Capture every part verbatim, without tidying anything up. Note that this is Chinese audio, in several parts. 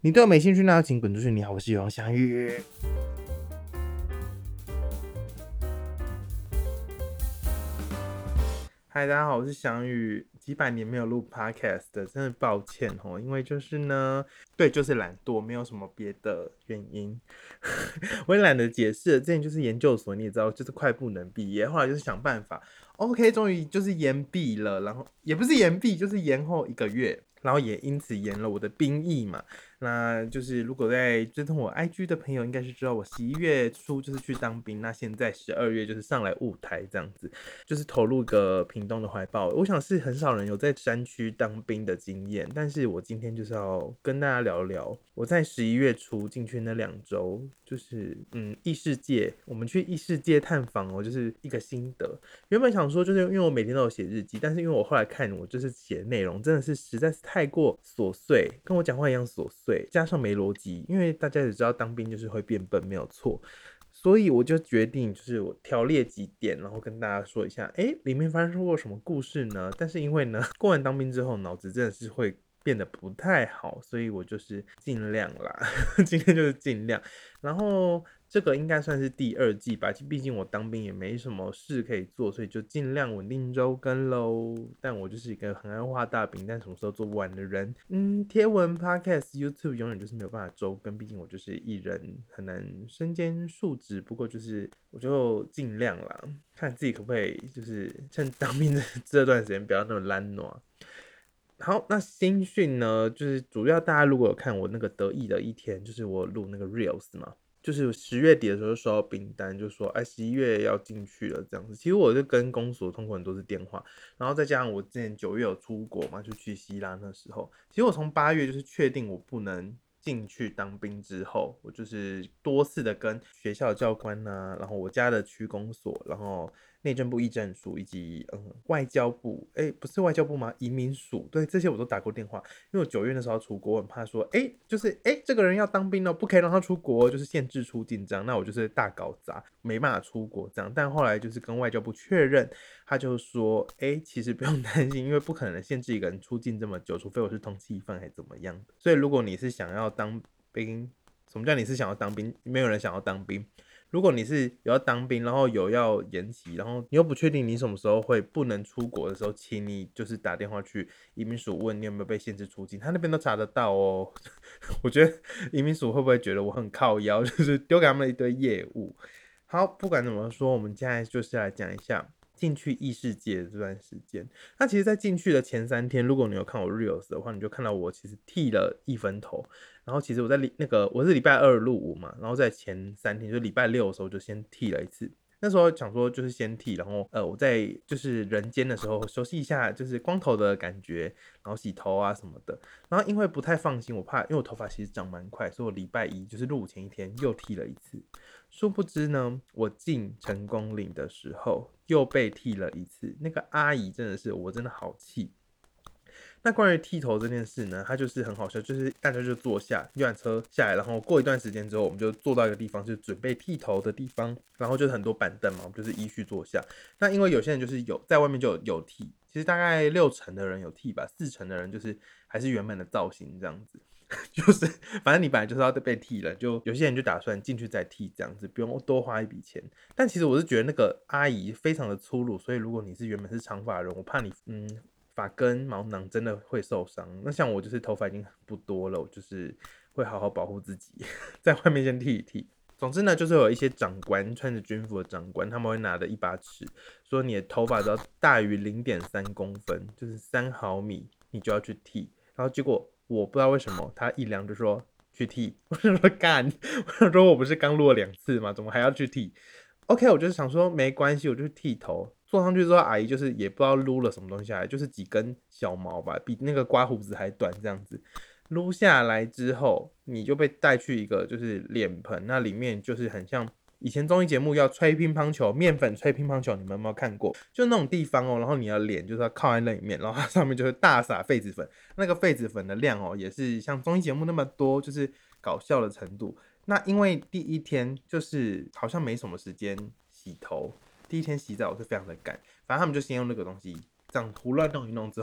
你对我没兴趣，那就请滚出去。你好，我是游翔宇。嗨，大家好，我是翔宇。几百年没有录 podcast 的，真的抱歉哦，因为就是呢，对，就是懒惰，没有什么别的原因。我也懒得解释了，之前就是研究所，你也知道，就是快不能毕业，后来就是想办法 ，OK，终于就是延毕了，然后也不是延毕，就是延后一个月。然后也因此延了我的兵役嘛，那就是如果在追踪我 I G 的朋友，应该是知道我十一月初就是去当兵，那现在十二月就是上来务台这样子，就是投入个屏东的怀抱。我想是很少人有在山区当兵的经验，但是我今天就是要跟大家聊聊我在十一月初进去那两周，就是嗯异世界，我们去异世界探访哦，就是一个心得。原本想说就是因为我每天都有写日记，但是因为我后来看我就是写的内容真的是实在是太过琐碎，跟我讲话一样琐碎，加上没逻辑，因为大家也知道当兵就是会变笨，没有错。所以我就决定，就是我条列几点，然后跟大家说一下，哎，里面发生过什么故事呢？但是因为呢，过完当兵之后，脑子真的是会变得不太好，所以我就是尽量啦，今天就是尽量。然后这个应该算是第二季吧，毕竟我当兵也没什么事可以做，所以就尽量稳定周更喽。但我就是一个很爱画大饼，但什么时候做不完的人。嗯，贴文、Podcast、YouTube 永远就是没有办法周更，毕竟我就是艺人，很难身兼数职。不过就是我就尽量啦，看自己可不可以，就是趁当兵这段时间不要那么懒惰。好，那新训呢，就是主要大家如果有看我那个得意的一天，就是我录那个 reels 嘛，就是十月底的时候收到兵单，就说哎十一月要进去了这样子。其实我就跟公所通过很多次电话，然后再加上我之前九月有出国嘛，就去希腊那时候，其实我从八月就是确定我不能进去当兵之后，我就是多次的跟学校教官啊，然后我家的区公所，然后内政部议政署以及嗯外交部，哎不是外交部吗？移民署，对这些我都打过电话，因为我九月那时候要出国，我很怕说，哎就是哎这个人要当兵了，不可以让他出国，就是限制出境这样，那我就是大搞砸，没办法出国这样。但后来就是跟外交部确认，他就说，哎其实不用担心，因为不可能限制一个人出境这么久，除非我是通缉犯还怎么样的。所以如果你是想要当兵，什么叫你是想要当兵？没有人想要当兵。如果你是有要当兵，然后有要延期，然后你又不确定你什么时候会不能出国的时候，请你就是打电话去移民署问你有没有被限制出境，他那边都查得到哦。我觉得移民署会不会觉得我很靠腰，就是丢给他们一堆业务？好，不管怎么说，我们现在就是来讲一下进去异世界的这段时间。那其实，在进去的前三天，如果你有看我 reels 的话，你就看到我其实剃了一分头。然后其实我在那个我是礼拜二入伍嘛，然后在前三天就礼拜六的时候就先剃了一次。那时候想说就是先剃，然后呃我在就是人间的时候熟悉一下就是光头的感觉，然后洗头啊什么的。然后因为不太放心，我怕因为我头发其实长蛮快，所以我礼拜一就是入伍前一天又剃了一次。殊不知呢，我进成功岭的时候又被剃了一次。那个阿姨真的是，我真的好气。那关于剃头这件事呢，它就是很好笑，就是大家就坐下，游览车下来，然后过一段时间之后，我们就坐到一个地方，就是准备剃头的地方，然后就是很多板凳嘛，我们就是依序坐下。那因为有些人就是有在外面就有有剃，其实大概六成的人有剃吧，四成的人就是还是原本的造型这样子。就是反正你本来就是要被剃了，就有些人就打算进去再剃这样子，不用多花一笔钱。但其实我是觉得那个阿姨非常的粗鲁，所以如果你是原本是长发人，我怕你嗯发根毛囊真的会受伤。那像我就是头发已经不多了，我就是会好好保护自己，在外面先剃一剃。总之呢，就是有一些长官穿着军服的长官，他们会拿着一把尺，说你的头发只要大于零点三公分，就是三毫米，你就要去剃。然后结果我不知道为什么，他一量就说去剃，我就说干，我想说我不是刚录了两次吗？怎么还要去剃？OK， 我就是想说没关系，我就剃头。坐上去之后，阿姨就是也不知道撸了什么东西下来，就是几根小毛吧，比那个刮胡子还短这样子。撸下来之后，你就被带去一个就是脸盆，那里面就是很像以前综艺节目要吹乒乓球，面粉吹乒乓球，你们有没有看过？就那种地方哦，然后你的脸就是要靠在那里面，然后它上面就是大撒痱子粉，那个痱子粉的量哦，也是像综艺节目那么多，就是搞笑的程度。那因为第一天就是好像没什么时间洗头，第一天洗澡是非常的赶，反正他们就先用那个东西这样胡乱弄一弄之后，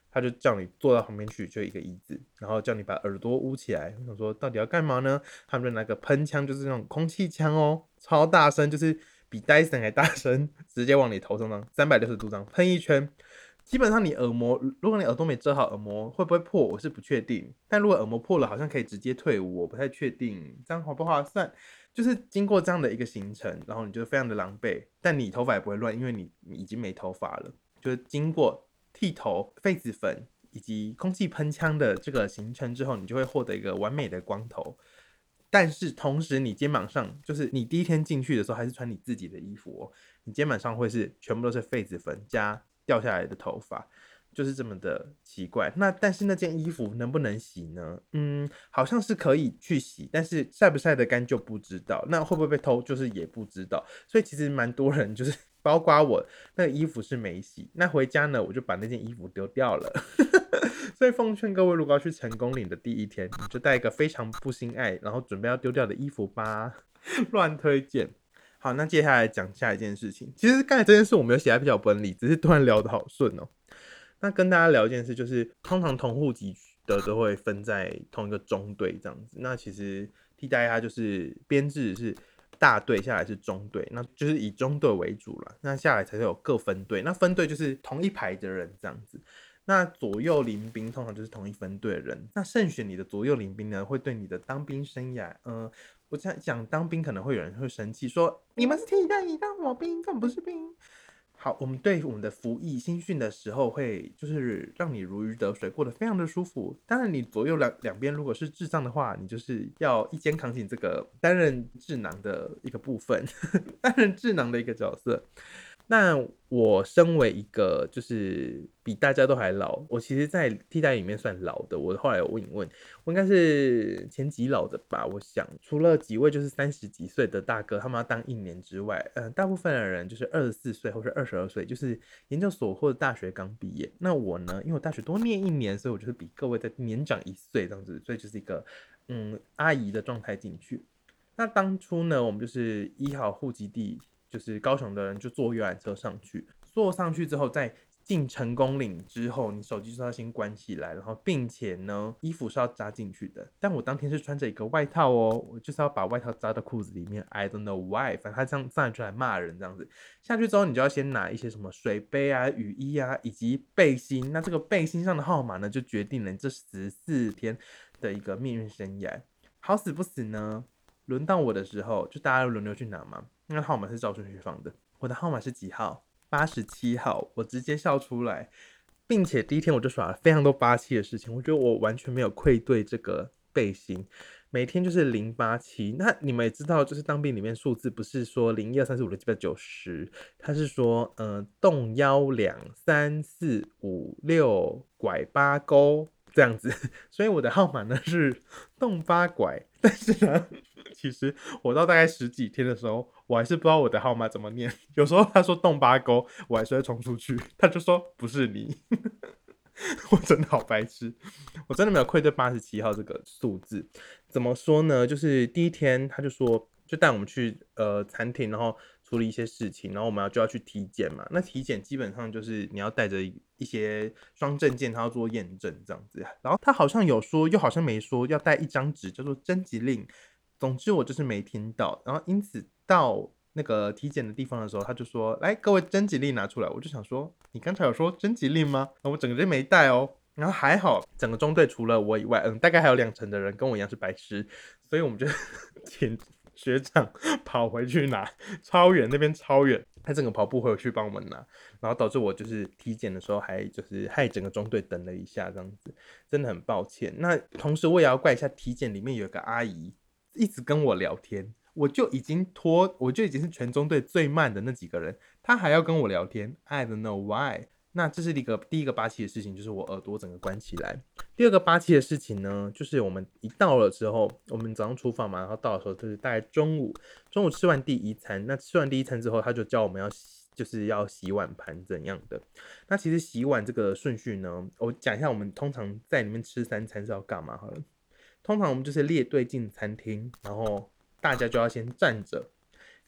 他就叫你坐到旁边去，就一个椅子，然后叫你把耳朵捂起来。我想说到底要干嘛呢？他们就拿个喷枪，就是那种空气枪哦，超大声，就是比 Dyson 还大声，直接往你头上三百六十度这样喷一圈。基本上你耳膜，如果你耳朵没遮好，耳膜会不会破，我是不确定。但如果耳膜破了，好像可以直接退伍，我不太确定，这样划不划算？就是经过这样的一个行程，然后你就非常的狼狈，但你头发也不会乱，因为你你已经没头发了。就是经过剃头、痱子粉以及空气喷枪的这个行程之后，你就会获得一个完美的光头。但是同时，你肩膀上就是你第一天进去的时候，还是穿你自己的衣服哦，你肩膀上会是全部都是痱子粉加掉下来的头发，就是这么的奇怪。那但是那件衣服能不能洗呢？嗯，好像是可以去洗，但是晒不晒得干就不知道。那会不会被偷，就是也不知道。所以其实蛮多人就是。包括我那个衣服是没洗，那回家呢，我就把那件衣服丢掉了。所以奉劝各位，如果要去成功岭的第一天，你就带一个非常不心爱，然后准备要丢掉的衣服吧。乱推荐。好，那接下来讲下一件事情。其实刚才这件事我没有写在笔记本里，只是突然聊得好顺哦。那跟大家聊一件事，就是通常同户籍的都会分在同一个中队这样子。那其实替代它就是编制是。大队下来是中队，那就是以中队为主了。那下来才会有各分队，那分队就是同一排的人这样子。那左右邻兵通常就是同一分队的人。那慎选你的左右邻兵呢，会对你的当兵生涯，呃，我讲讲当兵可能会有人会生气，说你们是替代役当什么兵，根本不是兵。好，我们对我们的服役新训的时候，会就是让你如鱼得水，过得非常的舒服。当然，你左右两两边如果是智障的话，你就是要一肩扛起这个担任智囊的一个部分，担任智囊的一个角色。那我身为一个就是比大家都还老，我其实在替代里面算老的。我后来有问一问，我应该是前几老的吧。我想除了几位就是三十几岁的大哥，他们要当一年之外，呃，大部分的人就是二十四岁或是二十二岁，就是研究所或者大学刚毕业。那我呢，因为我大学多念一年，所以我就是比各位再年长一岁这样子，所以就是一个嗯阿姨的状态进去。那当初呢，我们就是依好户籍地。就是高雄的人就坐游览车上去，坐上去之后，在进成功岭之后，你手机是要先关起来，然后并且呢，衣服是要扎进去的。但我当天是穿着一个外套哦，我就是要把外套扎到裤子里面。I don't know why， 反正他这样上来就来骂人这样子。下去之后，你就要先拿一些什么水杯啊、雨衣啊，以及背心。那这个背心上的号码呢，就决定了你这十四天的一个命运生涯。好死不死呢，轮到我的时候，就大家轮流去拿嘛。那个号码是照顺序放的，我的号码是几号？八十七号，我直接笑出来，并且第一天我就耍了非常多八七的事情，我觉得我完全没有愧对这个背心，每天就是零八七。那你们也知道，就是当兵里面数字不是说零一二三四五六七八九十，它是说呃动幺两三四五六拐八勾这样子，所以我的号码呢是动八拐，但是呢。其实我到大概十几天的时候，我还是不知道我的号码怎么念。有时候他说动八勾，我还是会冲出去，他就说不是你。我真的好白痴，我真的没有愧对八十七号这个数字。怎么说呢？就是第一天他就说，就带我们去呃餐厅，然后处理一些事情，然后我们要就要去体检嘛。那体检基本上就是你要带着一些双证件，他要做验证这样子。然后他好像有说，又好像没说，要带一张纸叫做征集令。总之我就是没听到，然后因此到那个体检的地方的时候，他就说：“来，各位征集令拿出来。”我就想说：“你刚才有说征集令吗？”我整个就没带哦。然后还好，整个中队除了我以外，嗯，大概还有两成的人跟我一样是白痴，所以我们就请学长跑回去拿，超远，那边超远，他整个跑步回去帮我们拿，然后导致我就是体检的时候还就是害整个中队等了一下，这样子真的很抱歉。那同时我也要怪一下体检里面有一个阿姨。一直跟我聊天，我就已经拖，我就已经是全中队最慢的那几个人，他还要跟我聊天 ，I don't know why。那这是一个第一个八七的事情，就是我耳朵整个关起来。第二个八七的事情呢，就是我们一到了之后，我们早上出发嘛，然后到的时候就是大概中午，中午吃完第一餐，那吃完第一餐之后，他就教我们要洗，就是要洗碗盘怎样的。那其实洗碗这个顺序呢，我讲一下我们通常在里面吃三餐是要干嘛好了。通常我们就是列队进餐厅，然后大家就要先站着，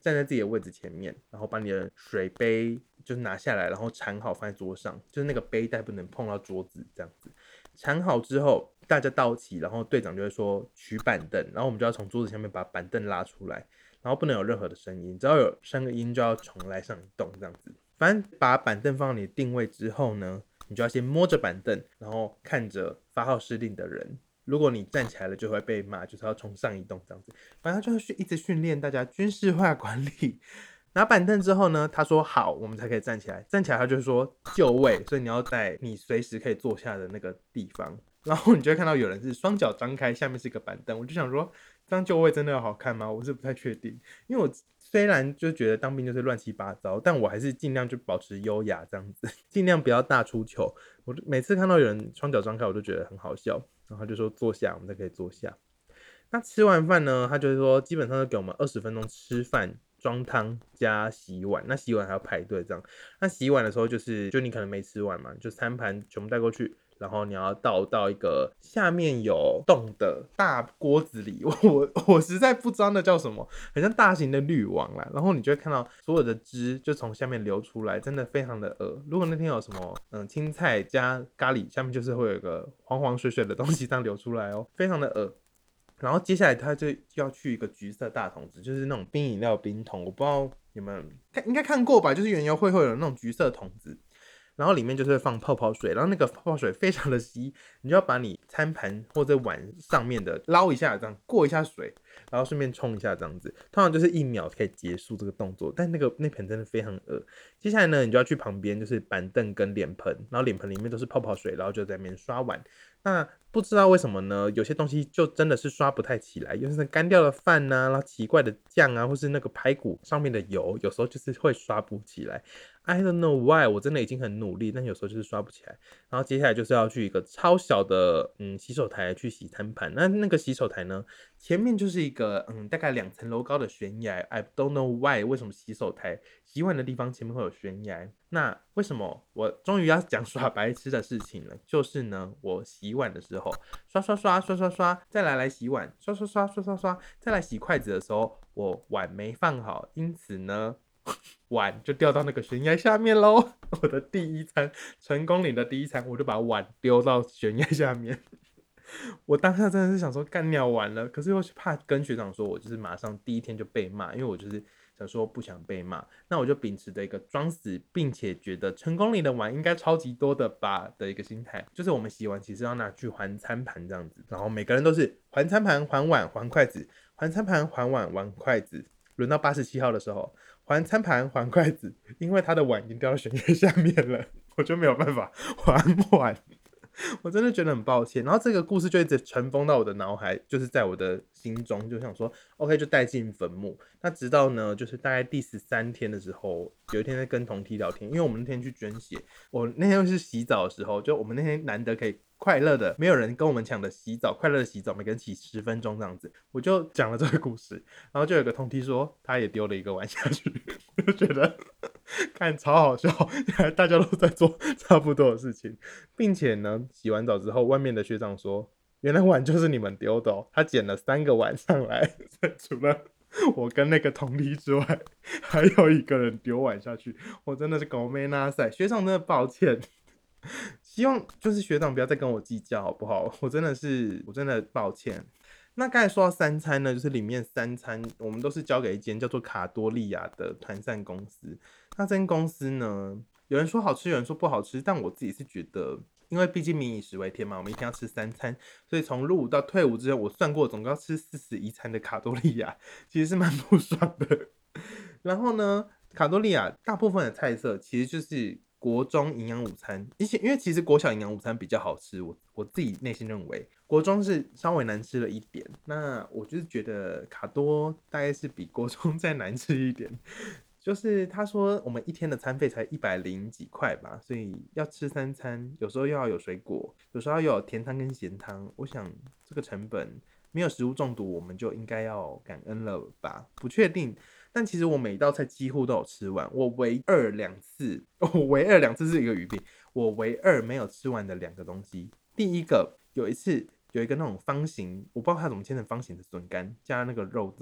站在自己的位置前面，然后把你的水杯就是拿下来，然后缠好放在桌上，就是那个杯带不能碰到桌子这样子。缠好之后，大家到齐，然后队长就会说取板凳，然后我们就要从桌子下面把板凳拉出来，然后不能有任何的声音，只要有声音就要重来上一动这样子。反正把板凳放到你的定位之后呢，你就要先摸着板凳，然后看着发号施令的人。如果你站起来了，就会被骂，就是要从上移动这样子。反正就是一直训练大家军事化管理。拿板凳之后呢，他说好，我们才可以站起来。站起来，他就说就位，所以你要在你随时可以坐下的那个地方。然后你就会看到有人是双脚张开，下面是一个板凳。我就想说，这样就位真的好看吗？我是不太确定，因为我虽然就觉得当兵就是乱七八糟，但我还是尽量就保持优雅这样子，尽量不要大出糗。我每次看到有人双脚张开，我就觉得很好笑。然后他就说坐下，我们才可以坐下。那吃完饭呢，他就是说基本上都给我们二十分钟吃饭、装汤加洗碗。那洗碗还要排队这样。那洗碗的时候就是就你可能没吃完嘛，就餐盘全部带过去，然后你要倒到一个下面有洞的大锅子里。我我实在不知道那叫什么，很像大型的滤网啦。然后你就会看到所有的汁就从下面流出来，真的非常的恶。如果那天有什么嗯青菜加咖喱，下面就是会有一个黄黄水水的东西这样流出来哦，非常的恶。然后接下来他就要去一个橘色大桶子，就是那种冰饮料冰桶，我不知道有没有看，应该看过吧？就是园游会会有那种橘色桶子，然后里面就是会放泡泡水，然后那个泡泡水非常的稀，你就要把你餐盘或者碗上面的捞一下，这样过一下水，然后顺便冲一下这样子，通常就是一秒可以结束这个动作，但那个那盆真的非常恶。接下来呢，你就要去旁边就是板凳跟脸盆，然后脸盆里面都是泡泡水，然后就在那边刷碗。那不知道为什么呢，有些东西就真的是刷不太起来，尤其是干掉的饭啊，然后奇怪的酱啊，或是那个排骨上面的油，有时候就是会刷不起来。I don't know why， 我真的已经很努力，但有时候就是刷不起来。然后接下来就是要去一个超小的嗯洗手台去洗餐盘。那那个洗手台呢，前面就是一个嗯大概两层楼高的悬崖。I don't know why， 为什么洗手台洗碗的地方前面会有悬崖？那为什么我终于要讲耍白痴的事情了？就是呢，我洗碗的时候刷刷刷刷刷刷，再来来洗碗，刷刷刷刷刷刷，再来洗筷子的时候，我碗没放好，因此呢。碗就掉到那个悬崖下面咯。我的第一餐成功领的第一餐，我就把碗丢到悬崖下面。我当下真的是想说干掉完了，可是又怕跟学长说，我就是马上第一天就被骂，因为我就是想说不想被骂，那我就秉持着一个装死，并且觉得成功领的碗应该超级多的吧的一个心态，就是我们洗完其实要拿去还餐盘这样子，然后每个人都是还餐盘、还碗、还筷子，还餐盘、还碗、还筷子。轮到八十七号的时候，还餐盘还筷子，因为他的碗已经掉到悬崖下面了，我就没有办法还碗。我真的觉得很抱歉。然后这个故事就一直尘封到我的脑海，就是在我的心中，就想说 OK 就带进坟墓。那直到呢，就是大概第十三天的时候，有一天在跟同梯聊天，因为我们那天去捐血，我那天是洗澡的时候，就我们那天难得可以快乐的，没有人跟我们抢的洗澡，快乐的洗澡，每个人洗十分钟这样子，我就讲了这个故事，然后就有个同梯说他也丢了一个碗下去，我就觉得看超好笑，大家都在做差不多的事情，并且呢，洗完澡之后，外面的学长说，原来碗就是你们丢的哦，他捡了三个碗上来，除了我跟那个同梯之外，还有一个人丢碗下去，我真的是狗妹拉塞，学长真的抱歉。希望就是学长不要再跟我计较好不好？我真的是，我真的抱歉。那刚才说到三餐呢，就是里面三餐我们都是交给一间叫做卡多利亚的团膳公司。那这间公司呢，有人说好吃，有人说不好吃，但我自己是觉得，因为毕竟民以食为天嘛，我们一天要吃三餐，所以从入伍到退伍之前，我算过总共要吃四十一餐的卡多利亚，其实是蛮不爽的。然后呢，卡多利亚大部分的菜色其实就是国中营养午餐，因为其实国小营养午餐比较好吃，我我自己内心认为国中是稍微难吃了一点。那我就是觉得卡多大概是比国中再难吃一点。就是他说我们一天的餐费才一百零几块吧，所以要吃三餐，有时候又要有水果，有时候要有甜汤跟咸汤。我想这个成本没有食物中毒，我们就应该要感恩了吧？不确定。但其实我每道菜几乎都有吃完，我唯二两次，我唯二两次是一个语病，我唯二没有吃完的两个东西。第一个有一次有一个那种方形，我不知道它怎么切成方形的笋干，加那个肉燥，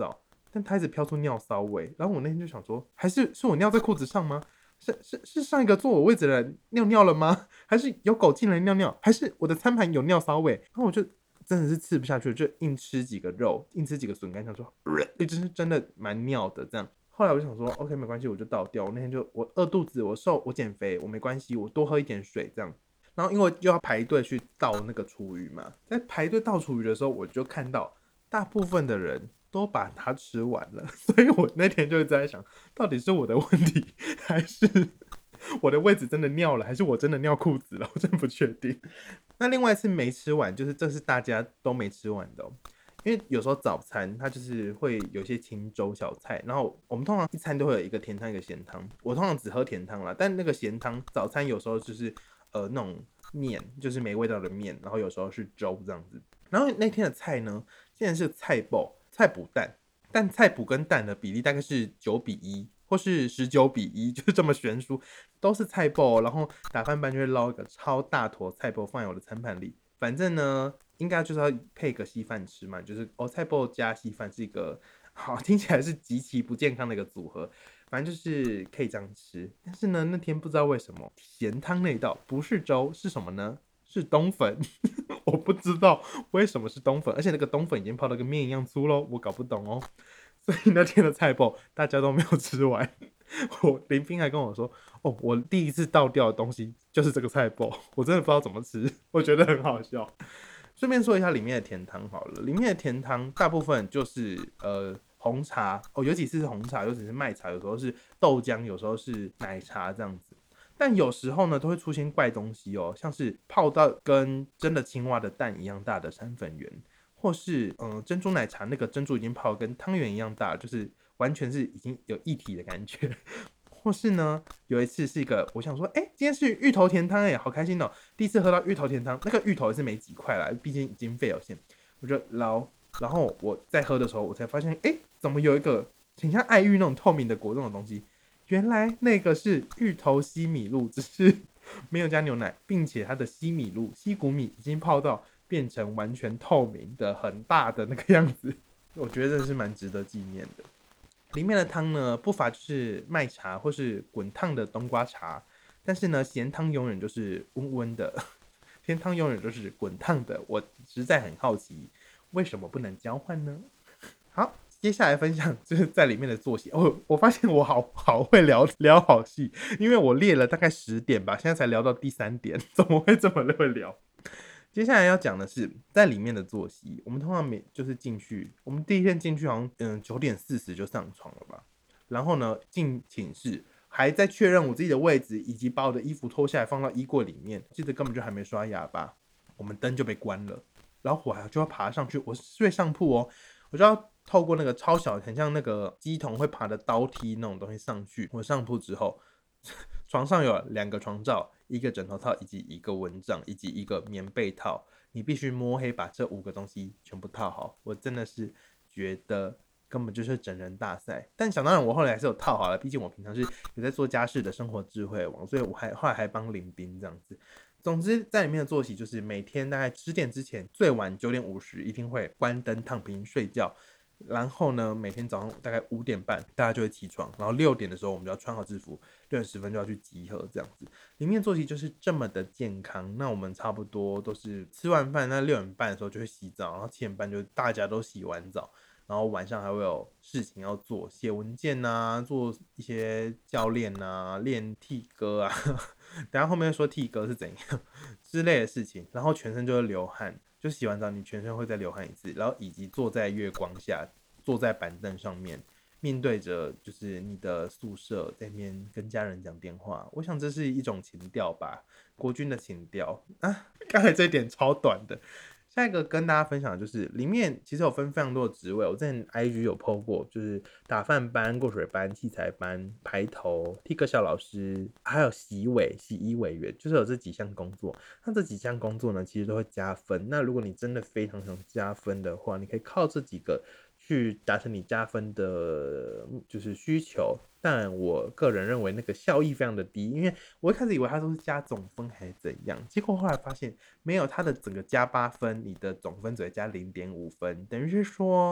但它一直飘出尿骚味。然后我那天就想说，还是是我尿在裤子上吗？是是是上一个坐我位置的人尿尿了吗？还是有狗进来尿尿？还是我的餐盘有尿骚味？然后我就真的是吃不下去，就硬吃几个肉，硬吃几个笋干，想说，呃，真是真的蛮尿的这样。后来我就想说 ，OK， 没关系，我就倒掉。我那天就我饿肚子，我瘦，我减肥，我没关系，我多喝一点水这样。然后因为又要排队去倒那个厨余嘛，在排队倒厨余的时候，我就看到大部分的人都把它吃完了，所以我那天就在想，到底是我的问题，还是我的位置真的尿了，还是我真的尿裤子了？我真不确定。那另外一次没吃完，就是这是大家都没吃完的、哦。因为有时候早餐它就是会有一些清粥小菜，然后我们通常一餐都会有一个甜汤一个咸汤，我通常只喝甜汤啦，但那个咸汤早餐有时候就是呃那种面，就是没味道的面，然后有时候是粥这样子。然后那天的菜呢，竟然是菜爆菜补蛋，但菜补跟蛋的比例大概是九比一。或是十九比一，就是这么悬殊，都是菜爆，然后打饭班就会捞一个超大坨菜爆放在我的餐盘里。反正呢，应该就是要配个稀饭吃嘛，就是哦菜爆加稀饭是一个好听起来是极其不健康的一个组合，反正就是可以这样吃。但是呢，那天不知道为什么咸汤那道不是粥是什么呢？是冬粉，我不知道为什么是冬粉，而且那个冬粉已经泡得跟面一样粗喽，我搞不懂哦。所以那天的菜爆大家都没有吃完。我林斌还跟我说：“哦，我第一次倒掉的东西就是这个菜爆，我真的不知道怎么吃，我觉得很好笑。”顺便说一下里面的甜汤好了，里面的甜汤大部分就是呃红茶哦，有几次是红茶，有几次是麦茶，有时候是豆浆，有时候是奶茶这样子。但有时候呢，都会出现怪东西哦，像是泡到跟真的青蛙的蛋一样大的山粉圆，或是嗯、呃、珍珠奶茶那个珍珠已经泡跟汤圆一样大，就是完全是已经有一体的感觉。或是呢，有一次是一个，我想说，哎、欸，今天是芋头甜汤，哎，好开心哦！第一次喝到芋头甜汤，那个芋头也是没几块啦，毕竟经费有限，我就捞。然后我在喝的时候，我才发现，哎、欸，怎么有一个很像爱玉那种透明的果冻的东西？原来那个是芋头西米露，只是没有加牛奶，并且它的西米露、西谷米已经泡到变成完全透明的、很大的那个样子，我觉得是蛮值得纪念的。里面的汤呢，不乏就是麦茶或是滚烫的冬瓜茶，但是呢，咸汤永远就是温温的，甜汤永远都是滚烫的。我实在很好奇，为什么不能交换呢？好，接下来分享就是在里面的作息。哦，我发现我好好会聊聊好细，因为我列了大概十点吧，现在才聊到第三点，怎么会这么会聊？接下来要讲的是在里面的作息。我们通常每就是进去，我们第一天进去好像嗯九点四十就上床了吧，然后呢进寝室还在确认我自己的位置，以及把我的衣服脱下来放到衣柜里面。记得根本就还没刷牙吧，我们灯就被关了，然后我还就要爬上去，我是睡上铺哦，我就要透过那个超小很像那个机童会爬的刀梯那种东西上去。我上铺之后，床上有两个床罩、一个枕头套以及一个蚊帐以及一个棉被套，你必须摸黑把这五个东西全部套好。我真的是觉得根本就是整人大赛，但想当然我后来还是有套好了，毕竟我平常是有在做家事的生活智慧网，所以我还后来还帮林斌这样子。总之，在里面的作息就是每天大概十点之前，最晚九点五十一定会关灯躺平睡觉。然后呢，每天早上大概五点半大家就会起床，然后六点的时候我们就要穿好制服，六点十分就要去集合，这样子。里面作息就是这么的健康。那我们差不多都是吃完饭，那六点半的时候就会洗澡，然后七点半就大家都洗完澡，然后晚上还会有事情要做，写文件啊，做一些教练啊，练替歌啊，等一下后面说替歌是怎样之类的事情，然后全身就会流汗。就洗完澡，你全身会再流汗一次，然后以及坐在月光下，坐在板凳上面，面对着就是你的宿舍，在那边跟家人讲电话。我想这是一种情调吧，国军的情调啊。刚才这一点超短的。下一个跟大家分享的就是里面其实有分非常多的职位，我在 I G 有 po 过，就是打饭班、过水班、器材班、排头、替课小老师，还有洗尾、洗衣委员，就是有这几项工作。那这几项工作呢，其实都会加分。那如果你真的非常想加分的话，你可以靠这几个去达成你加分的，就是需求。但我个人认为那个效益非常的低，因为我一开始以为它都是加总分还是怎样，结果后来发现没有，它的整个加八分，你的总分只会加零点五分，等于是说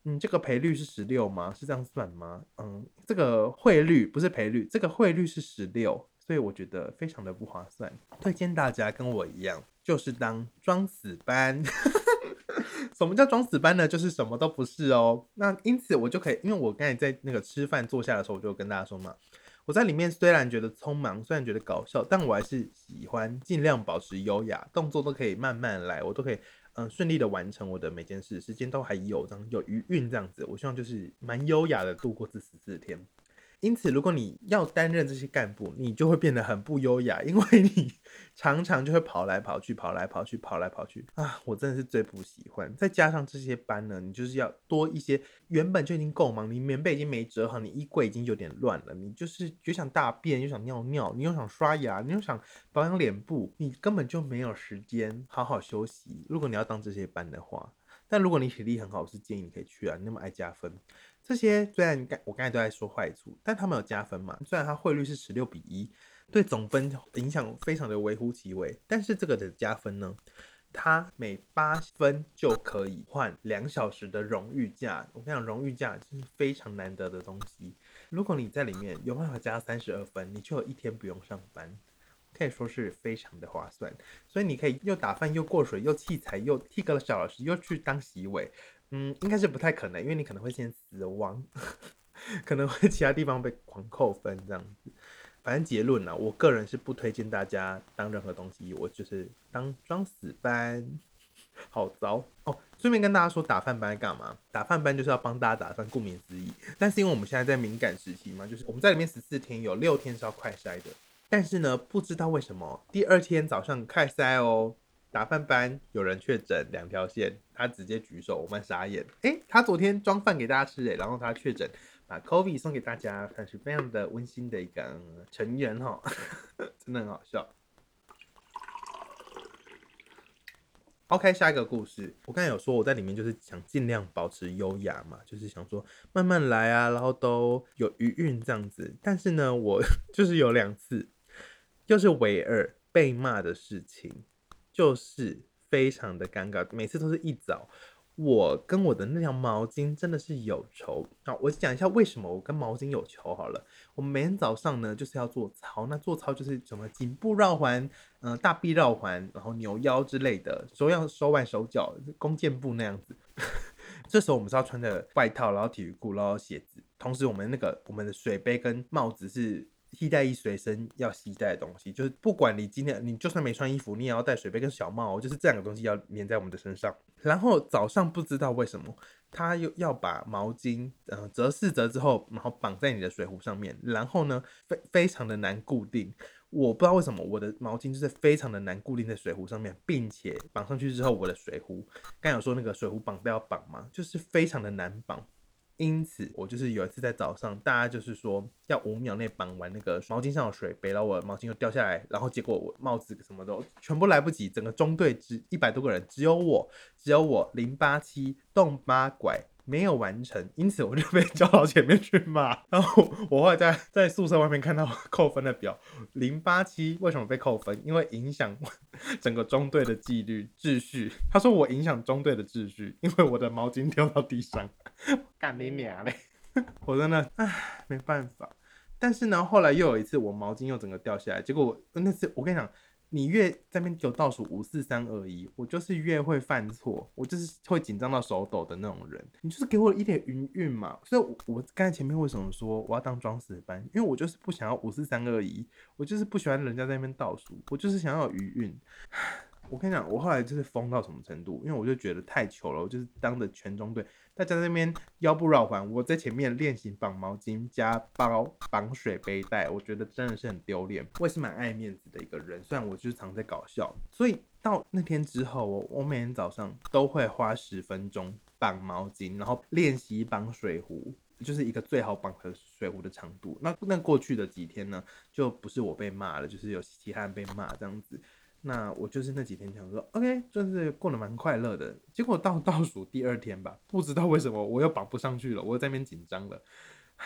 嗯，这个赔率是十六吗？是这样算吗？嗯，这个汇率不是赔率，这个汇率是十六，所以我觉得非常的不划算。推荐大家跟我一样，就是当装死班。什么叫装死班呢？就是什么都不是哦。那因此我就可以，因为我刚才在那个吃饭坐下的时候，我就跟大家说嘛，我在里面虽然觉得匆忙，虽然觉得搞笑，但我还是喜欢尽量保持优雅，动作都可以慢慢来，我都可以嗯顺利的完成我的每件事，时间都还有这样有余韵这样子。我希望就是蛮优雅的度过这十四天。因此，如果你要担任这些干部，你就会变得很不优雅，因为你常常就会跑来跑去，跑来跑去，跑来跑去啊！我真的是最不喜欢。再加上这些班呢，你就是要多一些，原本就已经够忙，你棉被已经没折好，你衣柜已经有点乱了，你就是又想大便，又想尿尿，你又想刷牙，你又想保养脸部，你根本就没有时间好好休息。如果你要当这些班的话，但如果你体力很好，我是建议你可以去啊，你那么爱加分。这些虽然我刚才都在说坏处，但他们有加分嘛？虽然它汇率是十六比一，对总分影响非常的微乎其微，但是这个的加分呢，它每八分就可以换两小时的荣誉假。我跟你讲，荣誉假是非常难得的东西。如果你在里面有办法加三十二分，你就有一天不用上班。可以说是非常的划算，所以你可以又打饭又过水又器材又剃个小老师又去当洗尾，嗯，应该是不太可能，因为你可能会先死亡，可能会其他地方被狂扣分这样子。反正结论啊，我个人是不推荐大家当任何东西，我就是当装死班，好糟哦。顺便跟大家说，打饭班干嘛？打饭班就是要帮大家打饭，顾名思义。但是因为我们现在在敏感时期嘛，就是我们在里面十四天，有六天是要快筛的。但是呢，不知道为什么第二天早上快筛哦，打饭班有人确诊两条线，他直接举手，我们傻眼。哎，他昨天装饭给大家吃，哎，然后他确诊，把 COVID 送给大家，算是非常的温馨的一个、嗯、成员哈，真的很好笑。OK， 下一个故事，我刚才有说我在里面就是想尽量保持优雅嘛，就是想说慢慢来啊，然后都有余韵这样子。但是呢，我就是有两次，就是唯二被骂的事情，就是非常的尴尬，每次都是一早。我跟我的那条毛巾真的是有仇。好，我讲一下为什么我跟毛巾有仇好了。我们每天早上呢就是要做操，那做操就是什么颈部绕环、呃大臂绕环，然后扭腰之类的，手要手腕手脚弓箭步那样子。这时候我们是要穿着外套，然后体育裤，然后鞋子，同时我们那个我们的水杯跟帽子是替代役随身要携带的东西，就是不管你今天你就算没穿衣服，你也要带水杯跟小帽，就是这两个东西要粘在我们的身上。然后早上不知道为什么，他又要把毛巾呃折四折之后，然后绑在你的水壶上面，然后呢非非常的难固定。我不知道为什么我的毛巾就是非常的难固定在水壶上面，并且绑上去之后，我的水壶刚才有说那个水壶绑带要绑嘛，就是非常的难绑。因此，我就是有一次在早上，大家就是说要五秒内绑完那个毛巾上的水杯，然后我的毛巾又掉下来，然后结果我帽子什么的全部来不及，整个中队只一百多个人，只有我，只有我零八七动八拐没有完成，因此我就被叫到前面去骂。然后我后来在在宿舍外面看到扣分的表，零八七为什么被扣分？因为影响整个中队的纪律秩序。他说我影响中队的秩序，因为我的毛巾掉到地上。干你娘嘞！我真的唉没办法。但是呢，后来又有一次我毛巾又整个掉下来，结果我那次我跟你讲，你越在那边给我倒数五四三二一，我就是越会犯错，我就是会紧张到手抖的那种人。你就是给我一点余韵嘛。所以我，我刚才前面为什么说我要当装死班？因为我就是不想要五四三二一，我就是不喜欢人家在那边倒数，我就是想要有余韵。我跟你讲，我后来就是疯到什么程度，因为我就觉得太糗了，我就是当着全中队，大家在那边腰部绕环，我在前面练习绑毛巾加包绑水背带，我觉得真的是很丢脸。我也是蛮爱面子的一个人，虽然我就是常在搞笑，所以到那天之后，我我每天早上都会花十分钟绑毛巾，然后练习绑水壶。就是一个最好绑的水壶的长度。那那过去的几天呢，就不是我被骂了，就是有其他人被骂这样子。那我就是那几天想说 ，OK， 就是过得蛮快乐的。结果到倒数第二天吧，不知道为什么我又绑不上去了，我又在那边紧张了。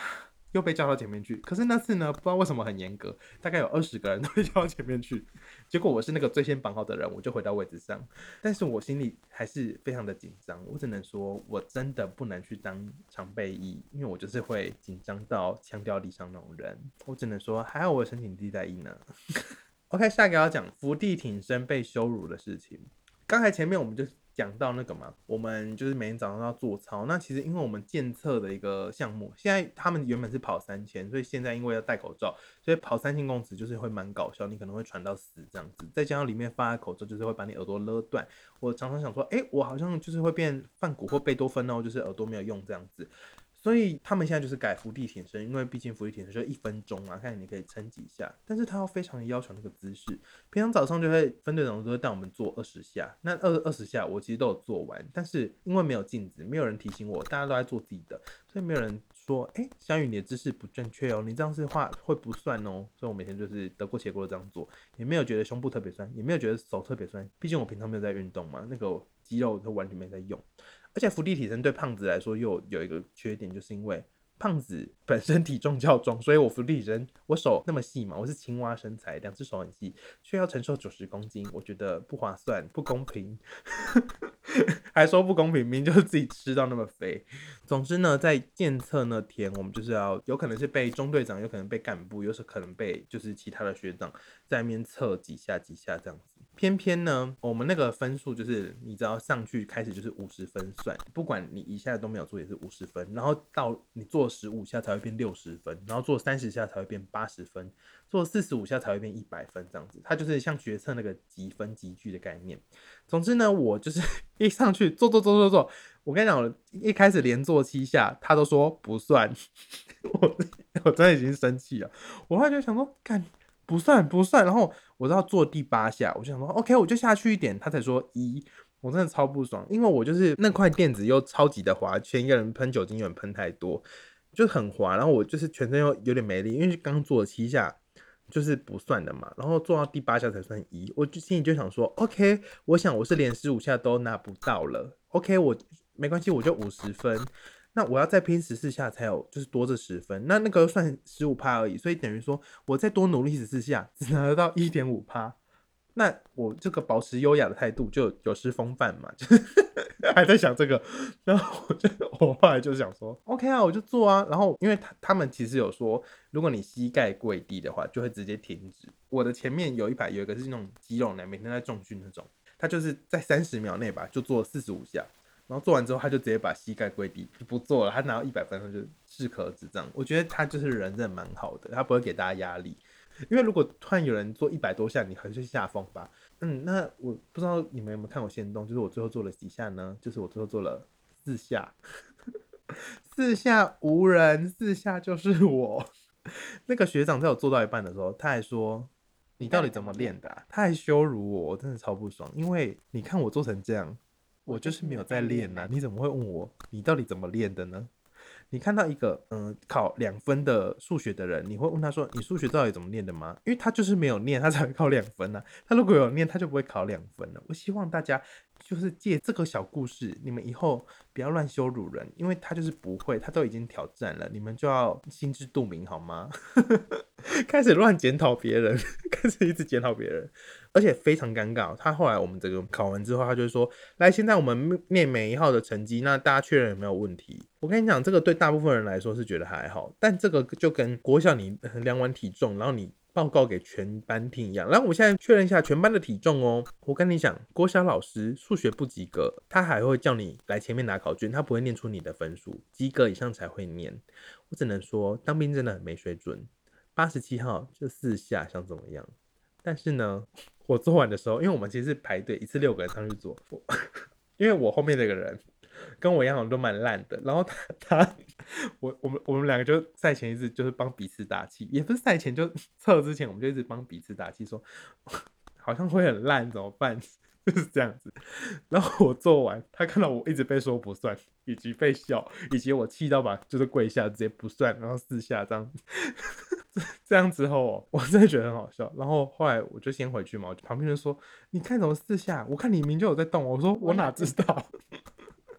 又被叫到前面去。可是那次呢，不知道为什么很严格，大概有二十个人都被叫到前面去，结果我是那个最先绑好的人，我就回到位置上。但是我心里还是非常的紧张，我只能说我真的不能去当常备役，因为我就是会紧张到腔调地上那种人。我只能说还好我申请替代役呢。OK， 下一个要讲伏地挺身被羞辱的事情。刚才前面我们就讲到那个嘛，我们就是每天早上都要做操。那其实因为我们健测的一个项目，现在他们原本是跑三千，所以现在因为要戴口罩，所以跑三千公尺就是会蛮搞笑，你可能会喘到死这样子。再加上里面发的口罩就是会把你耳朵勒断。我常常想说，哎、欸，我好像就是会变梵谷或贝多芬哦，就是耳朵没有用这样子。所以他们现在就是改伏地挺身，因为毕竟伏地挺身就一分钟嘛，看你可以撑几下，但是他要非常要求那个姿势。平常早上就会分队长都会带我们做二十下，那二二十下我其实都有做完，但是因为没有镜子，没有人提醒我，大家都在做自己的，所以没有人说，哎、欸，小雨你的姿势不正确哦，你这样子的话会不算哦。所以我每天就是得过且过的这样做，也没有觉得胸部特别酸，也没有觉得手特别酸，毕竟我平常没有在运动嘛，那个肌肉都完全没在用。而且伏地挺身对胖子来说又有一个缺点，就是因为胖子本身体重较重，所以我伏地挺身，我手那么细嘛，我是青蛙身材，两只手很细，却要承受九十公斤，我觉得不划算，不公平。还说不公平，明明就是自己吃到那么肥。总之呢，在检测那天，我们就是要有可能是被中队长，有可能被干部，有时可能被就是其他的学长在那边测几下几下这样子。偏偏呢，我们那个分数就是你只要上去开始就是五十分算，不管你一下都没有做也是五十分，然后到你做十五下才会变六十分，然后做三十下才会变八十分，做四十五下才会变一百分这样子。它就是像决策那个积分积聚的概念。总之呢，我就是一上去做做做做做，我跟你讲，一开始连做七下，他都说不算，我我真的已经生气了。我后来就想说，干不算不算，然后我到做第八下，我就想说 ，OK， 我就下去一点，他才说一，我真的超不爽，因为我就是那块垫子又超级的滑，前一个人喷酒精有点喷太多，就很滑，然后我就是全身又有点没力，因为刚做了七下。就是不算的嘛，然后做到第八下才算一，我就心里就想说 ，OK， 我想我是连十五下都拿不到了 ，OK， 我没关系，我就五十分，那我要再拼十四下才有，就是多这十分，那那个算 百分之十五 而已，所以等于说我再多努力十四下，只拿得到 一点五。那我这个保持优雅的态度就有失风范嘛，就是还在想这个，然后我就我后来就想说 ，OK 啊，我就做啊。然后因为他他们其实有说，如果你膝盖跪地的话，就会直接停止。我的前面有一排有一个是那种肌肉男，每天在重训那种，他就是在三十秒内吧就做四十五下，然后做完之后他就直接把膝盖跪地就不做了，他拿到一百分他就适可而止这样。我觉得他就是人真的蛮好的，他不会给大家压力。因为如果突然有人做一百多下，你还是下风吧。嗯，那我不知道你们有没有看我限动，就是我最后做了几下呢？就是我最后做了四下，四下无人，四下就是我。那个学长在我做到一半的时候，他还说：“你到底怎么练的、啊？”他还羞辱我，我真的超不爽。因为你看我做成这样，我就是没有在练呐、啊。你怎么会问我你到底怎么练的呢？你看到一个嗯考两分的数学的人，你会问他说：“你数学到底怎么练的吗？”因为他就是没有念，他才会考两分啊。他如果有念，他就不会考两分了。我希望大家就是借这个小故事，你们以后不要乱羞辱人，因为他就是不会，他都已经挑战了，你们就要心知肚明好吗？开始乱检讨别人，开始一直检讨别人，而且非常尴尬。他后来我们这个考完之后，他就说：“来，现在我们念每一号的成绩，那大家确认有没有问题？”我跟你讲，这个对大部分人来说是觉得还好，但这个就跟国小你量完体重，然后你报告给全班听一样。然后我现在确认一下全班的体重哦。我跟你讲，国小老师数学不及格，他还会叫你来前面拿考卷，他不会念出你的分数，及格以上才会念。我只能说，当兵真的很没水准。八十七号这四下想怎么样？但是呢，我做完的时候，因为我们其实是排队，一次六个人上去做，因为我后面那个人跟我一样都蛮烂的，然后他他我我们我们两个就赛前一直就是帮彼此打气，也不是赛前就测之前我们就一直帮彼此打气，说好像会很烂怎么办？就是这样子。然后我做完，他看到我一直被说不算，以及被笑，以及我气到把就是跪下直接不算，然后四下这样。这样之后、哦，我真的觉得很好笑。然后后来我就先回去嘛，我旁边人说：“你看怎么四下？我看你明明就有在动。”我说：“我哪知道？”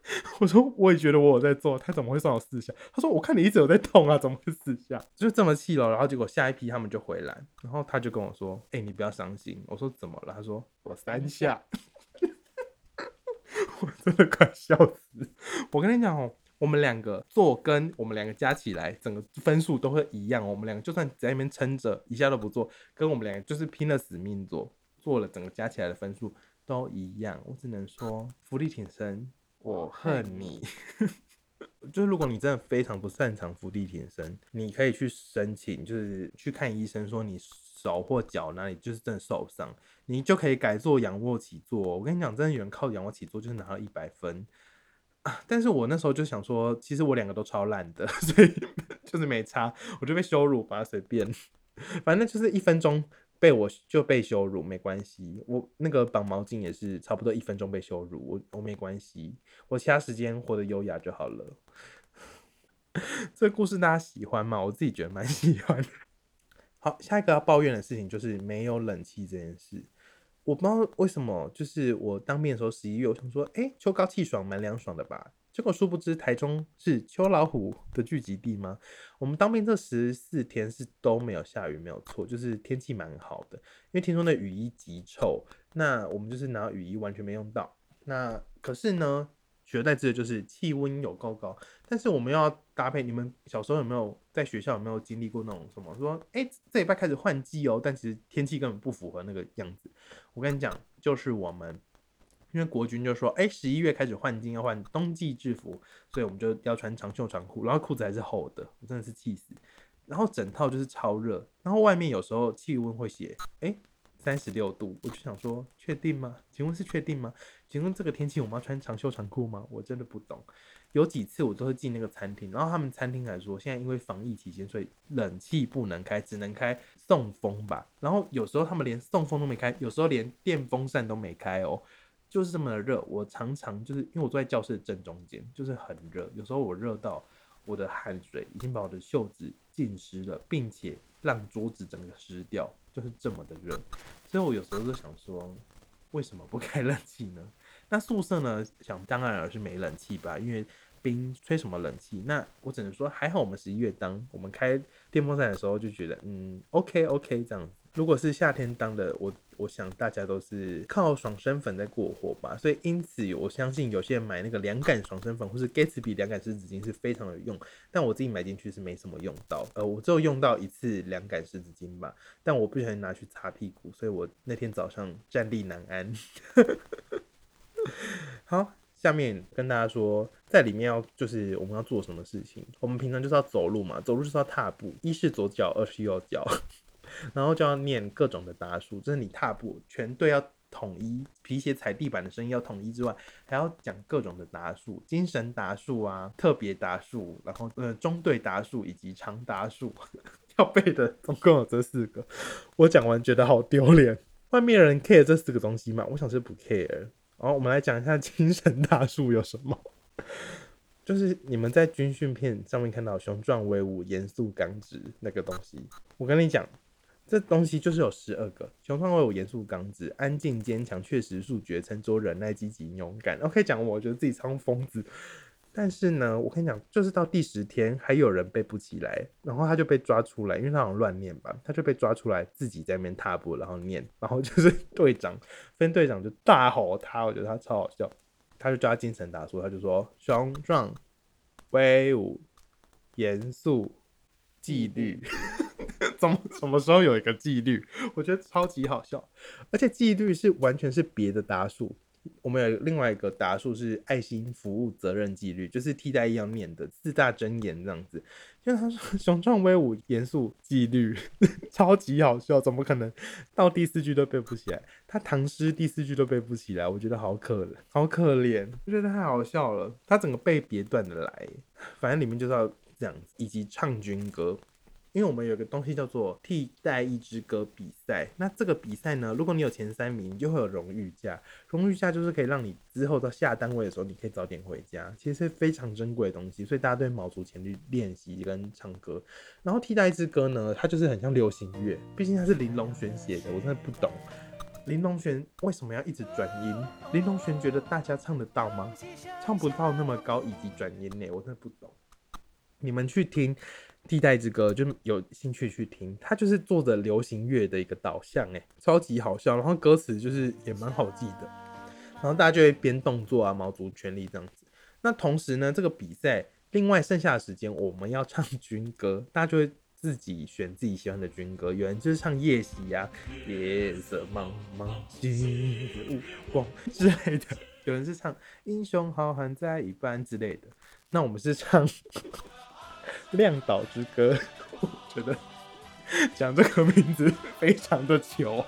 我说我也觉得我有在做，他怎么会算我四下？他说我看你一直有在动啊，怎么会四下？就这么气了，然后结果下一批他们就回来，然后他就跟我说：“哎、欸，你不要伤心。”我说怎么了？他说我三下，我真的快笑死。我跟你讲哦。我们两个做跟我们两个加起来，整个分数都会一样。我们两个就算在那边撑着，一下都不做，跟我们两个就是拼了死命做，做了整个加起来的分数都一样。我只能说，伏地挺身，我恨你。就是如果你真的非常不擅长伏地挺身，你可以去申请，就是去看医生，说你手或脚哪里就是真的受伤，你就可以改做仰卧起坐。我跟你讲，真的有人靠仰卧起坐就是拿到一百分。但是我那时候就想说，其实我两个都超烂的，所以就是没差，我就被羞辱吧，随便，反正就是一分钟被我就被羞辱没关系，我那个绑毛巾也是差不多一分钟被羞辱，我我没关系，我其他时间活得优雅就好了。这个故事大家喜欢吗？我自己觉得蛮喜欢的。好，下一个要抱怨的事情就是没有冷气这件事。我不知道为什么，就是我当兵的时候十一月，我想说，哎、欸，秋高气爽，蛮凉爽的吧？结果殊不知，台中是秋老虎的聚集地吗？我们当兵这十四天是都没有下雨，没有错，就是天气蛮好的。因为听说那雨衣极臭，那我们就是拿雨衣完全没用到。那可是呢，取而代之的就是气温有够高，但是我们要搭配。你们小时候有没有在学校有没有经历过那种什么说，哎、欸，这礼拜开始换季哦，但其实天气根本不符合那个样子。我跟你讲，就是我们，因为国军就说，哎、欸，十一月开始换季，要换冬季制服，所以我们就要穿长袖长裤，然后裤子还是厚的，我真的是气死。然后整套就是超热，然后外面有时候气温会写，哎、欸。三十六度，我就想说，确定吗？请问是确定吗？请问这个天气我们要穿长袖长裤吗？我真的不懂。有几次我都会进那个餐厅，然后他们餐厅来说，现在因为防疫期间，所以冷气不能开，只能开送风吧。然后有时候他们连送风都没开，有时候连电风扇都没开哦，就是这么的热。我常常就是因为我坐在教室的正中间，就是很热，有时候我热到我的汗水已经把我的袖子浸湿了，并且让桌子整个湿掉，就是这么的热。所以我有时候就想说，为什么不开冷气呢？那宿舍呢？想当然而是没冷气吧，因为冰吹什么冷气？那我只能说，还好我们十一月当，我们开电风扇的时候就觉得，嗯 ，OK OK 这样子。如果是夏天当的，我我想大家都是靠爽身粉在过活吧，所以因此我相信有些人买那个凉感爽身粉或是 Gatsby 凉感湿纸巾是非常有用，但我自己买进去是没什么用到，呃，我只有用到一次凉感湿纸巾吧，但我不小心拿去擦屁股，所以我那天早上站立难安。好，下面跟大家说，在里面要就是我们要做什么事情。我们平常就是要走路嘛，走路就是要踏步，一是左脚，二是右脚，然后就要念各种的达数，这是你踏步，全队要统一，皮鞋踩地板的声音要统一之外，还要讲各种的达数，精神达数啊，特别达数，然后呃中队达数以及长达数，要背的总共有这四个。我讲完觉得好丢脸，外面人 care 这四个东西吗？我想是不 care。然后我们来讲一下精神大树有什么，就是你们在军训片上面看到雄壮威武、严肃刚直那个东西，我跟你讲，这东西就是有十二个：雄壮威武、严肃刚直、安静坚强、确实速决、沉着忍耐、积极勇敢。OK， 讲我觉得自己超疯子。但是呢，我跟你讲，就是到第十天还有人背不起来，然后他就被抓出来，因为他好像乱念吧，他就被抓出来自己在那边踏步，然后念，然后就是队长分队长就大吼他，我觉得他超好笑，他就叫他精神打数，他就说雄壮、威武、严肃、纪律，怎么什么时候有一个纪律？我觉得超级好笑，而且纪律是完全是别的打数。我们有另外一个达数是爱心、服务、责任、纪律，就是替代一样念的四大箴言这样子。就他说雄壮威武、严肃、纪律，超级好笑，怎么可能到第四句都背不起来？他唐诗第四句都背不起来，我觉得好可怜，好可怜，我觉得太好笑了。他整个背别段的来，反正里面就是要这样子，以及唱军歌。因为我们有一个东西叫做替代一支歌比赛，那这个比赛呢，如果你有前三名，你就会有荣誉价。荣誉价就是可以让你之后到下单位的时候，你可以早点回家，其实是非常珍贵的东西，所以大家都会卯足钱去练习跟唱歌。然后替代一支歌呢，它就是很像流行乐，毕竟它是玲珑选写的，我真的不懂。 林隆璇为什么要一直转音？林隆璇觉得大家唱得到吗？唱不到那么高以及转音呢，我真的不懂。你们去听《替代之歌》，就有兴趣去听，它就是做着流行乐的一个导向，哎，超级好笑。然后歌词就是也蛮好记的，然后大家就会编动作啊，毛足全力这样子。那同时呢，这个比赛另外剩下的时间，我们要唱军歌，大家就会自己选自己喜欢的军歌。有人就是唱夜袭啊，夜色茫茫，星无光之类的；有人是唱英雄好汉在一般之类的。那我们是唱亮岛之歌，我觉得讲这个名字非常的糗，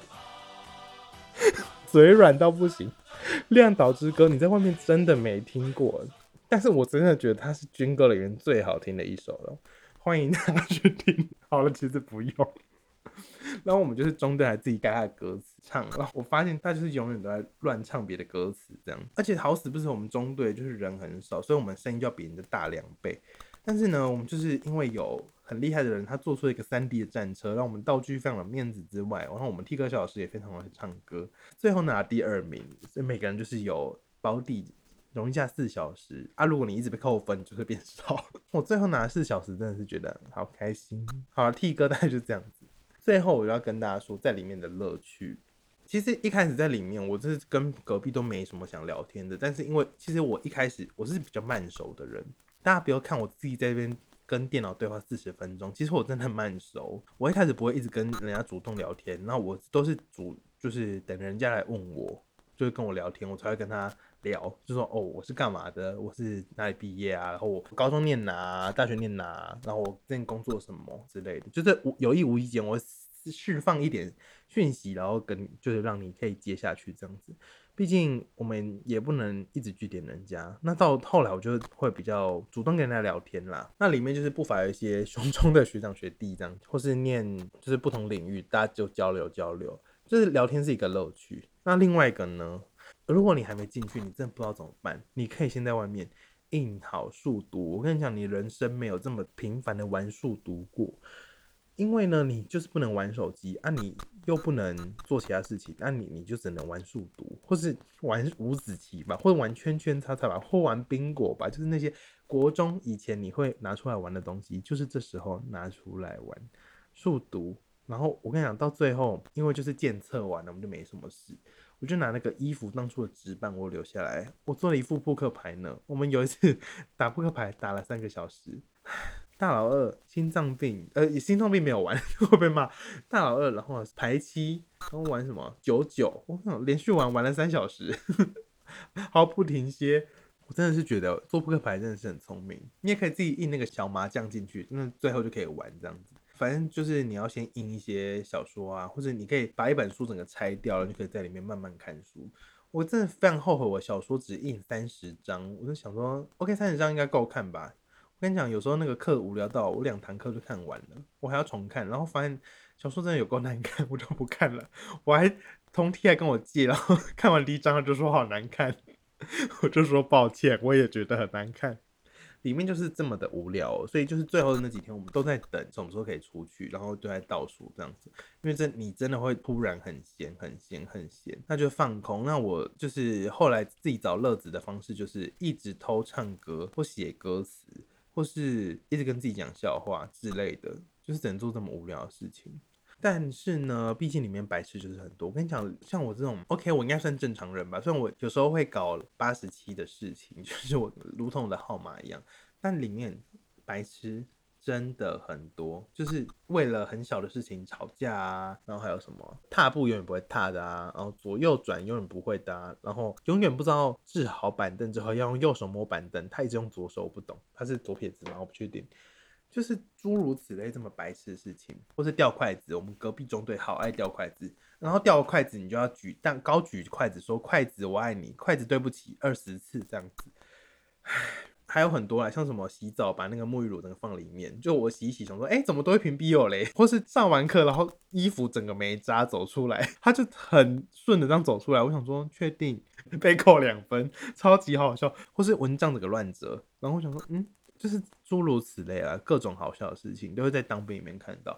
嘴软到不行。亮岛之歌，你在外面真的没听过，但是我真的觉得它是军歌里面最好听的一首了，欢迎大家去听。好了，其实不用。然后我们就是中队还自己改他的歌词唱，然后我发现他就是永远都在乱唱别的歌词这样，而且好死不死我们中队就是人很少，所以我们声音就要比人的大两倍。但是呢，我们就是因为有很厉害的人，他做出了一个 三 D 的战车，让我们道具非常有面子之外，然后我们 T 歌小老师也非常会唱歌，最后拿第二名，所以每个人就是有保底容易下四小时啊！如果你一直被扣分，就会变少。我最后拿四小时，真的是觉得好开心。好了，T 歌大概就这样子。最后我就要跟大家说，在里面的乐趣。其实一开始在里面，我就是跟隔壁都没什么想聊天的，但是因为其实我一开始我是比较慢熟的人，大家不要看我自己在这边跟电脑对话四十分钟，其实我真的很慢熟。我一开始不会一直跟人家主动聊天，然后我都是主就是等人家来问我，就是跟我聊天，我才会跟他聊，就说哦我是干嘛的，我是哪里毕业啊，然后我高中念哪，大学念哪，然后我之前工作什么之类的，就是有意无意间我会释放一点讯息，然后跟就是让你可以接下去这样子。毕竟我们也不能一直据点人家，那到后来我就会比较主动跟人家聊天啦。那里面就是不乏有一些雄中的学长学弟这样，或是念就是不同领域，大家就交流交流，就是聊天是一个乐趣。那另外一个呢，如果你还没进去，你真的不知道怎么办，你可以先在外面印好数独。我跟你讲，你人生没有这么频繁的玩数独过。因为呢，你就是不能玩手机啊，你又不能做其他事情，那、啊、你你就只能玩数独，或是玩五子棋吧，或者玩圈圈叉叉吧，或玩宾果吧，就是那些国中以前你会拿出来玩的东西，就是这时候拿出来玩数独。然后我跟你讲，到最后，因为就是检测完了，我们就没什么事，我就拿那个衣服当初的纸板我留下来，我做了一副扑克牌呢。我们有一次打扑克牌打了三个小时。大老二心脏病，呃，心脏病没有玩，会被骂。大老二，然后排七，然后玩什么九九，我想连续玩玩了三小时，毫不停歇。我真的是觉得做扑克牌真的是很聪明，你也可以自己印那个小麻将进去，那最后就可以玩这样子。反正就是你要先印一些小说啊，或者你可以把一本书整个拆掉了，就可以在里面慢慢看书。我真的非常后悔，我小说只印三十章，我就想说，OK， 三十章应该够看吧。我跟你讲，有时候那个课无聊到我两堂课就看完了，我还要重看，然后发现小说真的有够难看，我就不看了。我还同 T 还跟我借，然后看完第一章就说好难看，我就说抱歉，我也觉得很难看。里面就是这么的无聊、哦，所以就是最后的那几天，我们都在等什么时候可以出去，然后就在倒数这样子。因为这你真的会突然很闲、很闲、很闲，那就放空。那我就是后来自己找乐子的方式，就是一直偷唱歌或写歌词。或是一直跟自己讲笑话之类的，就是只能做这么无聊的事情。但是呢，毕竟里面白痴就是很多。我跟你讲，像我这种 OK， 我应该算正常人吧。虽然我有时候会搞八十七的事情，就是我如同我的号码一样，但里面白痴真的很多，就是为了很小的事情吵架啊，然后还有什么踏步永远不会踏的啊，然后左右转永远不会的啊，然后永远不知道治好板凳之后要用右手摸板凳，他一直用左手，我不懂，他是左撇子吗？我不确定。就是诸如此类这么白痴的事情，或是掉筷子，我们隔壁中队好爱掉筷子，然后掉筷子你就要举，但高举筷子说筷子我爱你，筷子对不起二十次这样子。还有很多啦，像什么洗澡把那个沐浴乳整个放里面，就我洗一洗想说，哎、欸，怎么多一瓶 B O 嘞？或是上完课然后衣服整个没扎走出来，他就很顺的这样走出来，我想说确定被扣两分，超级好笑。或是蚊帐整个乱折，然后我想说，嗯，就是诸如此类啦，各种好笑的事情都会在当兵里面看到。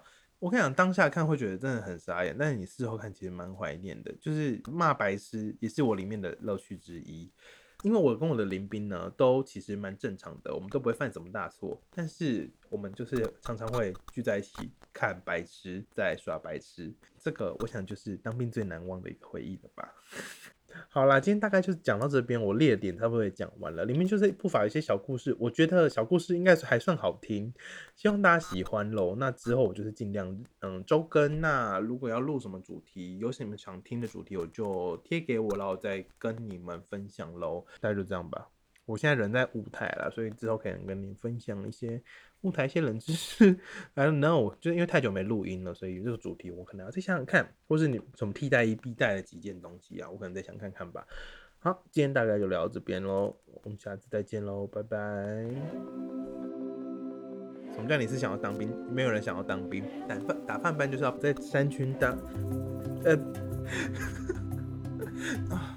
我跟你讲，当下看会觉得真的很傻眼，但是你事后看其实蛮怀念的。就是骂白痴也是我里面的乐趣之一，因为我跟我的邻兵呢都其实蛮正常的，我们都不会犯什么大错，但是我们就是常常会聚在一起看白痴在耍白痴，这个我想就是当兵最难忘的一个回忆了吧。好啦，今天大概就是讲到这边，我列的点差不多也讲完了。里面就是不乏一些小故事，我觉得小故事应该是还算好听，希望大家喜欢喽。那之后我就是尽量嗯周更，那如果要录什么主题，有什么想听的主题，我就贴给我，然后再跟你们分享喽。大概就这样吧。我现在人在舞台了，所以之后可能跟你分享一些舞台一些冷知识。I don't know，就是因为太久没录音了，所以这个主题我可能要再想想看，或是你什么替代役必带的几件东西啊，我可能再想看看吧。好，今天大概就聊到这边喽，我们下次再见喽，拜拜。什么叫你是想要当兵？没有人想要当兵，打饭打饭班就是要在山区当，呃。